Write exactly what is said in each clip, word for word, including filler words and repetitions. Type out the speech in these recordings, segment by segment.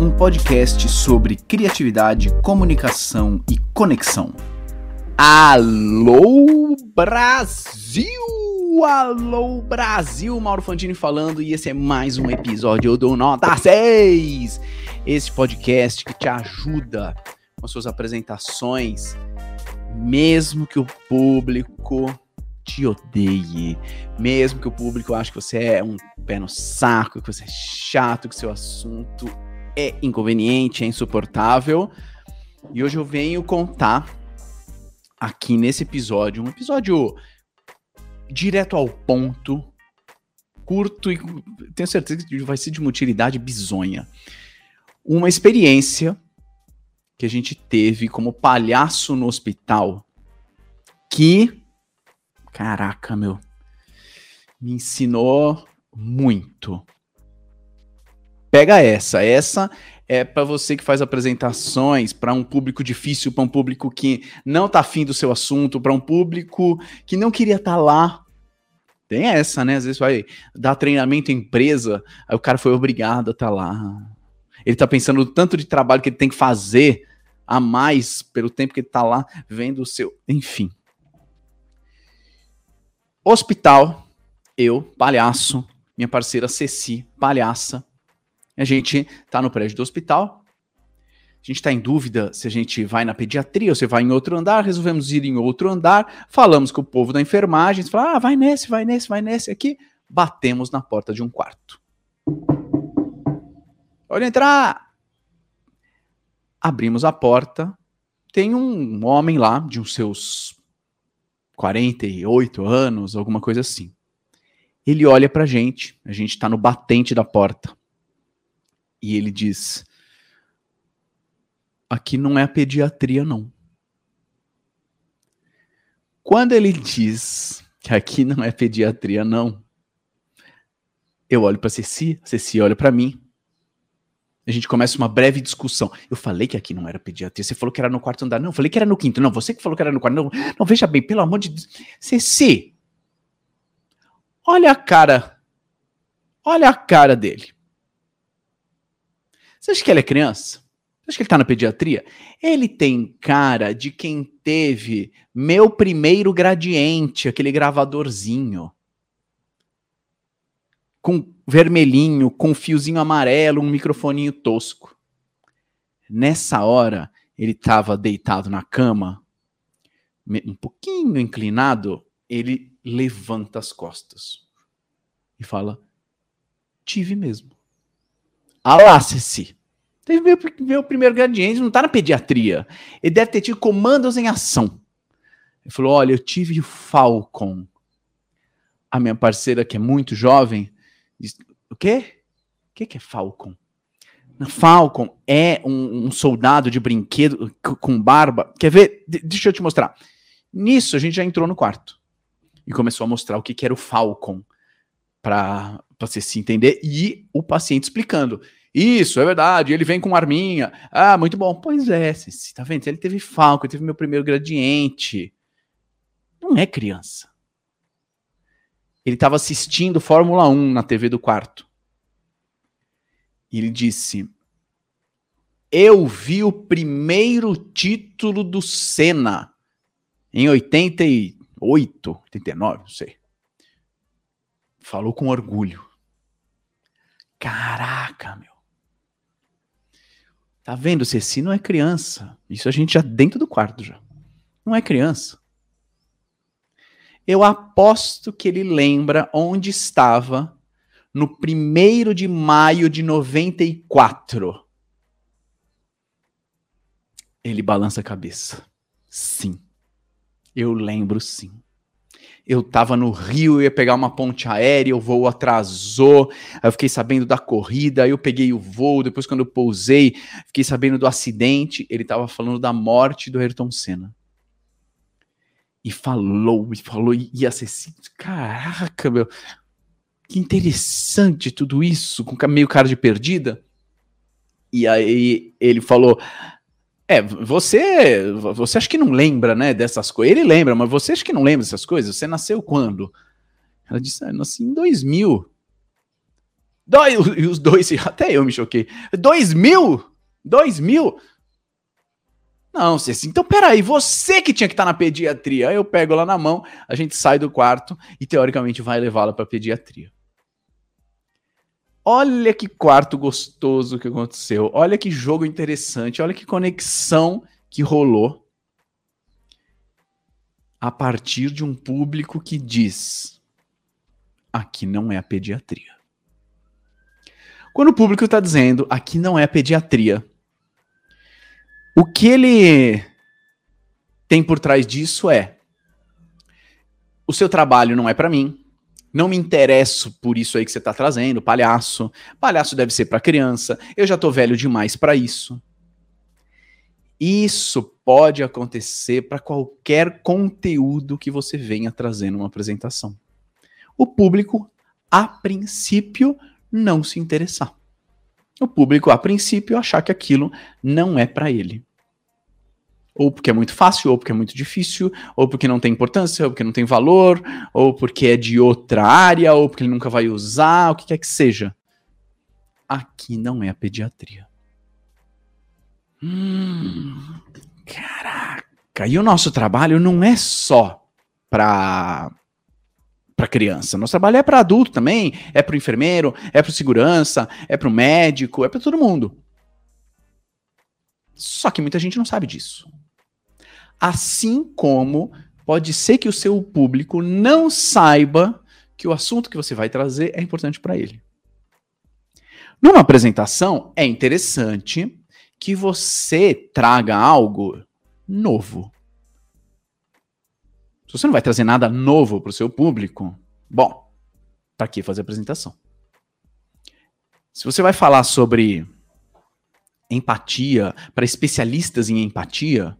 um podcast sobre criatividade, comunicação e conexão. Alô, Brasil! Alô, Brasil! Mauro Fantini falando, e esse é mais um episódio do Nota seis! Esse podcast que te ajuda com suas apresentações, mesmo que o público te odeie, mesmo que o público ache que você é um pé no saco, que você é chato, que seu assunto é inconveniente, é insuportável. E hoje eu venho contar aqui nesse episódio, um episódio direto ao ponto, curto e tenho certeza que vai ser de uma utilidade bizonha. Uma experiência que a gente teve como palhaço no hospital que, caraca, meu, me ensinou muito. Pega essa, essa é para você que faz apresentações para um público difícil, para um público que não tá afim do seu assunto, para um público que não queria estar lá. Tem essa, né? Às vezes vai dar treinamento em empresa, aí o cara foi obrigado a estar lá. Ele tá pensando no tanto de trabalho que ele tem que fazer a mais pelo tempo que ele tá lá vendo o seu... Enfim. Hospital, eu, palhaço, minha parceira Ceci, palhaça. A gente tá no prédio do hospital. A gente tá em dúvida se a gente vai na pediatria ou se vai em outro andar. Resolvemos ir em outro andar. Falamos com o povo da enfermagem. Falaram, ah, vai nesse, vai nesse, vai nesse aqui. Batemos na porta de um quarto. Pode entrar. Abrimos a porta. Tem um homem lá, de uns seus quarenta e oito anos, alguma coisa assim. Ele olha pra gente. A gente tá no batente da porta. E ele diz, aqui não é a pediatria, não. Quando ele diz que aqui não é pediatria, não, eu olho para Ceci, a Ceci olha para mim. A gente começa uma breve discussão. Eu falei que aqui não era pediatria, você falou que era no quarto andar. Não, eu falei que era no quinto. Não, você que falou que era no quarto. Não, não, veja bem, pelo amor de Deus. Ceci, olha a cara, olha a cara dele. Você acha que ele é criança? Você acha que ele tá na pediatria? Ele tem cara de quem teve meu primeiro gradiente, aquele gravadorzinho. Com vermelhinho, com fiozinho amarelo, um microfoninho tosco. Nessa hora, ele tava deitado na cama, um pouquinho inclinado, ele levanta as costas e fala, tive mesmo. Ah lá, Ceci. Teve meu, meu primeiro gradiente, não tá na pediatria. Ele deve ter tido comandos em ação. Ele falou, olha, eu tive o Falcon. A minha parceira, que é muito jovem, disse, o quê? O que, que é Falcon? Falcon é um, um soldado de brinquedo com barba. Quer ver? De- deixa eu te mostrar. Nisso, a gente já entrou no quarto. E começou a mostrar o que, que era o Falcon. Para você se entender, e o paciente explicando. Isso, é verdade, ele vem com arminha. Ah, muito bom. Pois é, você tá vendo? Ele teve Falcon, ele teve meu primeiro gradiente. Não é criança. Ele estava assistindo Fórmula um na T V do quarto. E ele disse, eu vi o primeiro título do Senna em oitenta e oito, oitenta e nove, não sei. Falou com orgulho. Caraca, meu. Tá vendo, Ceci não é criança. Isso a gente já dentro do quarto já. Não é criança. Eu aposto que ele lembra onde estava no primeiro de maio de noventa e quatro. Ele balança a cabeça. Sim. Eu lembro sim. Eu tava no Rio, eu ia pegar uma ponte aérea, o voo atrasou, aí eu fiquei sabendo da corrida, aí eu peguei o voo, depois quando eu pousei, fiquei sabendo do acidente, ele tava falando da morte do Ayrton Senna. E falou, e falou, e ia ser assim, caraca, meu, que interessante tudo isso, com meio cara de perdida. E aí ele falou... É, você, você acha que não lembra, né, dessas coisas. Ele lembra, mas você acha que não lembra dessas coisas? Você nasceu quando? Ela disse, ah, eu nasci em dois mil. Dois, e os dois, até eu me choquei. Dois mil? Dois mil? Não, Ceci, então peraí, você que tinha que estar na pediatria. Aí eu pego ela na mão, a gente sai do quarto e teoricamente vai levá-la para pediatria. Olha que quarto gostoso que aconteceu. Olha que jogo interessante. Olha que conexão que rolou a partir de um público que diz: aqui não é a pediatria. Quando o público está dizendo aqui não é a pediatria, o que ele tem por trás disso é: o seu trabalho não é para mim. Não me interesso por isso aí que você tá trazendo, palhaço. Palhaço deve ser para criança. Eu já tô velho demais para isso. Isso pode acontecer para qualquer conteúdo que você venha trazer numa apresentação. O público, a princípio, não se interessar. O público, a princípio, achar que aquilo não é para ele. Ou porque é muito fácil, ou porque é muito difícil, ou porque não tem importância, ou porque não tem valor, ou porque é de outra área, ou porque ele nunca vai usar, o que quer que seja. Aqui não é a pediatria. Hum, caraca, e o nosso trabalho não é só para para criança. Nosso trabalho é para adulto também, é para o enfermeiro, é para o segurança, é para o médico, é para todo mundo. Só que muita gente não sabe disso. Assim como pode ser que o seu público não saiba que o assunto que você vai trazer é importante para ele. Numa apresentação, é interessante que você traga algo novo. Se você não vai trazer nada novo para o seu público, bom, para que fazer apresentação? Se você vai falar sobre empatia, para especialistas em empatia,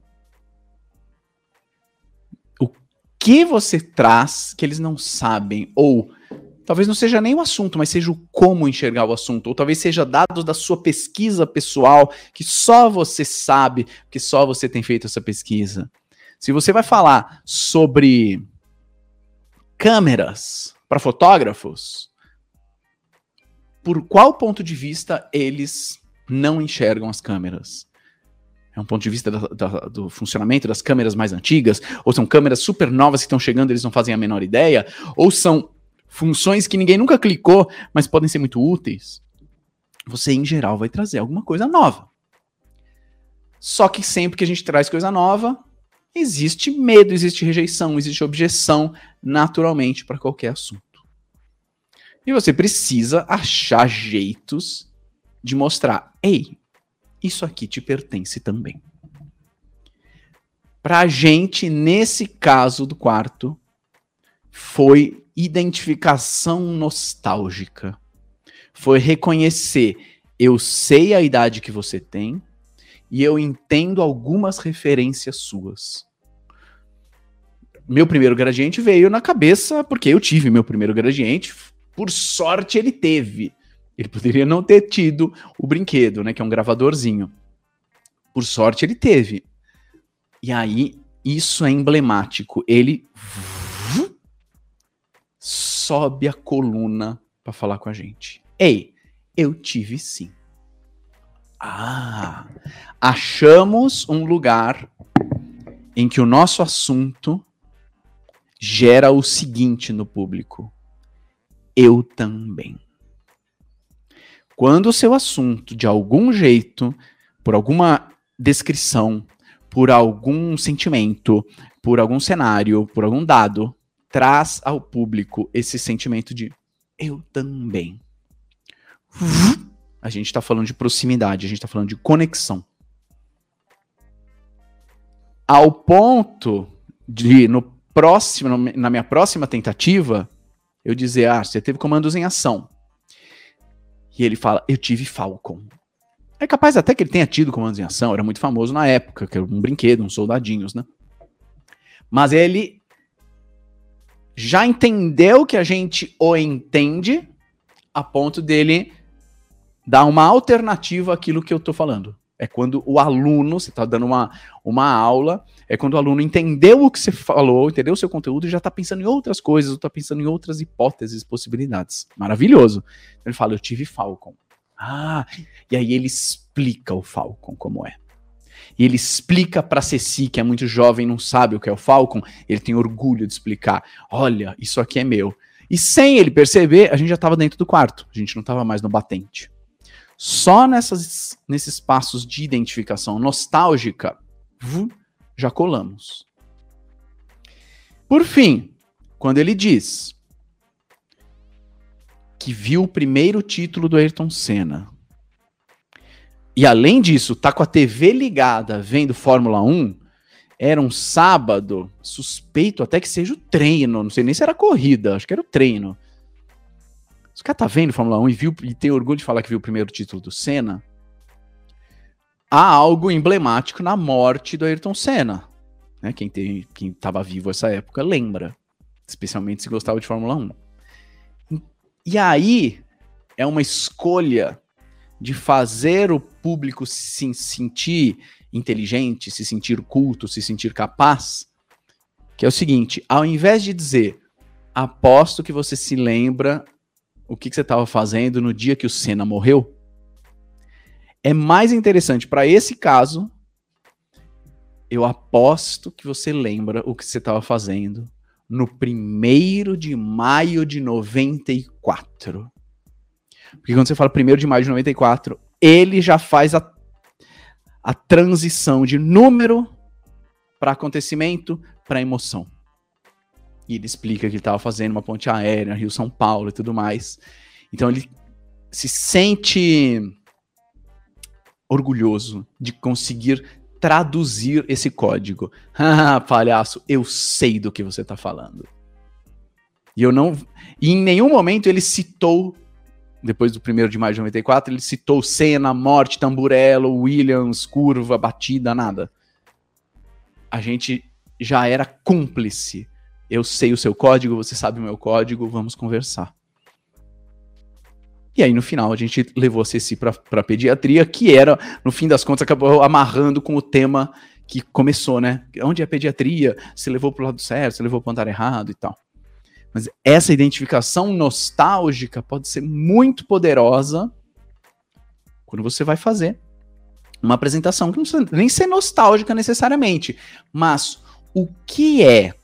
o que você traz que eles não sabem, ou talvez não seja nem o assunto, mas seja o como enxergar o assunto, ou talvez seja dados da sua pesquisa pessoal, que só você sabe, que só você tem feito essa pesquisa. Se você vai falar sobre câmeras para fotógrafos, por qual ponto de vista eles não enxergam as câmeras? É um ponto de vista da, da, do funcionamento das câmeras mais antigas? Ou são câmeras super novas que estão chegando e eles não fazem a menor ideia? Ou são funções que ninguém nunca clicou, mas podem ser muito úteis? Você, em geral, vai trazer alguma coisa nova. Só que sempre que a gente traz coisa nova, existe medo, existe rejeição, existe objeção, naturalmente, para qualquer assunto. E você precisa achar jeitos de mostrar: ei, isso aqui te pertence também. Pra gente, nesse caso do quarto, foi identificação nostálgica. Foi reconhecer: eu sei a idade que você tem e eu entendo algumas referências suas. Meu primeiro gradiente veio na cabeça porque eu tive meu primeiro gradiente. Por sorte, ele teve. Ele poderia não ter tido o brinquedo, né, que é um gravadorzinho. Por sorte, ele teve. E aí, isso é emblemático. Ele sobe a coluna para falar com a gente. Ei, eu tive sim. Ah, achamos um lugar em que o nosso assunto gera o seguinte no público: eu também. Quando o seu assunto, de algum jeito, por alguma descrição, por algum sentimento, por algum cenário, por algum dado, traz ao público esse sentimento de eu também, a gente está falando de proximidade, a gente está falando de conexão. Ao ponto de, no próximo, na minha próxima tentativa, eu dizer: ah, você teve comandos em ação. E ele fala: eu tive Falcon. É capaz até que ele tenha tido comandos em ação, era muito famoso na época, que era um brinquedo, uns soldadinhos, né? Mas ele já entendeu que a gente o entende a ponto dele dar uma alternativa àquilo que eu tô falando. É quando o aluno, você está dando uma, uma aula, é quando o aluno entendeu o que você falou, entendeu o seu conteúdo e já está pensando em outras coisas, ou está pensando em outras hipóteses, possibilidades. Maravilhoso. Ele fala, eu tive Falcon. Ah, e aí ele explica o Falcon como é. E ele explica para Ceci, que é muito jovem, não sabe o que é o Falcon, ele tem orgulho de explicar. Olha, isso aqui é meu. E sem ele perceber, a gente já estava dentro do quarto, a gente não estava mais no batente. Só nessas, nesses passos de identificação nostálgica, já colamos. Por fim, quando ele diz que viu o primeiro título do Ayrton Senna, e além disso, tá com a T V ligada, vendo Fórmula um, era um sábado, suspeito até que seja o treino, não sei nem se era corrida, acho que era o treino. Se o cara tá vendo Fórmula um e, viu, e tem orgulho de falar que viu o primeiro título do Senna, há algo emblemático na morte do Ayrton Senna. Né? Quem, tem, quem tava vivo nessa época lembra, especialmente se gostava de Fórmula um. E aí, é uma escolha de fazer o público se sentir inteligente, se sentir culto, se sentir capaz, que é o seguinte, ao invés de dizer, aposto que você se lembra o que, que você estava fazendo no dia que o Senna morreu, é mais interessante para esse caso, eu aposto que você lembra o que você estava fazendo no primeiro de maio de noventa e quatro. Porque quando você fala primeiro de maio de noventa e quatro, ele já faz a, a transição de número para acontecimento para emoção. E ele explica que ele estava fazendo uma ponte aérea, Rio-São Paulo e tudo mais. Então ele se sente orgulhoso de conseguir traduzir esse código. Ah, palhaço, eu sei do que você está falando. E eu não... E em nenhum momento ele citou, depois do primeiro de maio de noventa e quatro, ele citou Senna, morte, Tamburello, Williams, curva, batida, nada. A gente já era cúmplice. Eu sei o seu código, você sabe o meu código, vamos conversar. E aí, no final, a gente levou a Ceci para a pediatria, que era, no fim das contas, acabou amarrando com o tema que começou, né? Onde é a pediatria? Se levou para o lado certo, se levou para o andar errado e tal. Mas essa identificação nostálgica pode ser muito poderosa quando você vai fazer uma apresentação que não precisa nem ser nostálgica necessariamente, mas o que é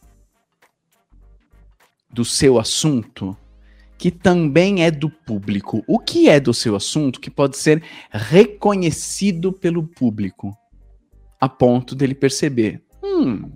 do seu assunto que também é do público? O que é do seu assunto que pode ser reconhecido pelo público a ponto dele perceber, hum,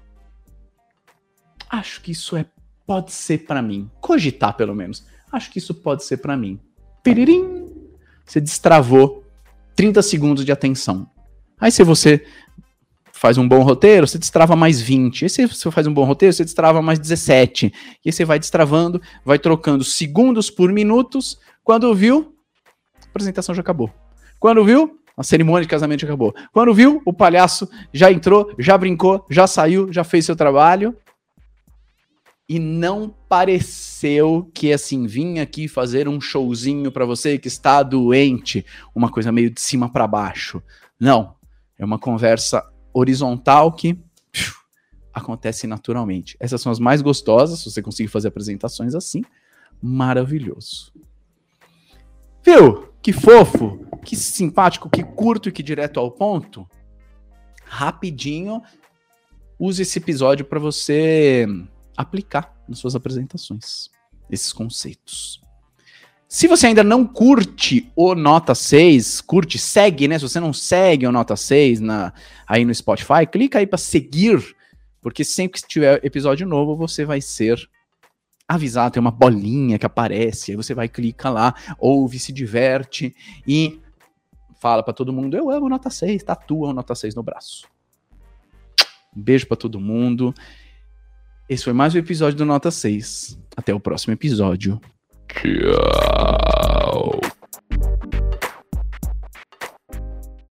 acho que isso é, pode ser para mim, cogitar pelo menos, acho que isso pode ser para mim. Piririm! Você destravou trinta segundos de atenção. Aí se você faz um bom roteiro, você destrava mais vinte. E se você faz um bom roteiro, você destrava mais dezessete. E aí você vai destravando, vai trocando segundos por minutos. Quando viu, a apresentação já acabou. Quando viu, a cerimônia de casamento já acabou. Quando viu, o palhaço já entrou, já brincou, já saiu, já fez seu trabalho. E não pareceu que, assim, vim aqui fazer um showzinho pra você que está doente. Uma coisa meio de cima pra baixo. Não. É uma conversa horizontal que pfiu, acontece naturalmente. Essas são as mais gostosas, se você conseguir fazer apresentações assim, maravilhoso. Viu? Que fofo, que simpático, que curto e que direto ao ponto. Rapidinho, use esse episódio para você aplicar nas suas apresentações esses conceitos. Se você ainda não curte o Nota seis, curte, segue, né? Se você não segue o Nota seis na, aí no Spotify, clica aí para seguir, porque sempre que tiver episódio novo, você vai ser avisado, tem uma bolinha que aparece, aí você vai, clica lá, ouve, se diverte e fala para todo mundo, eu amo Nota seis, tatua o Nota seis no braço. Um beijo para todo mundo. Esse foi mais um episódio do Nota seis. Até o próximo episódio. Tchau.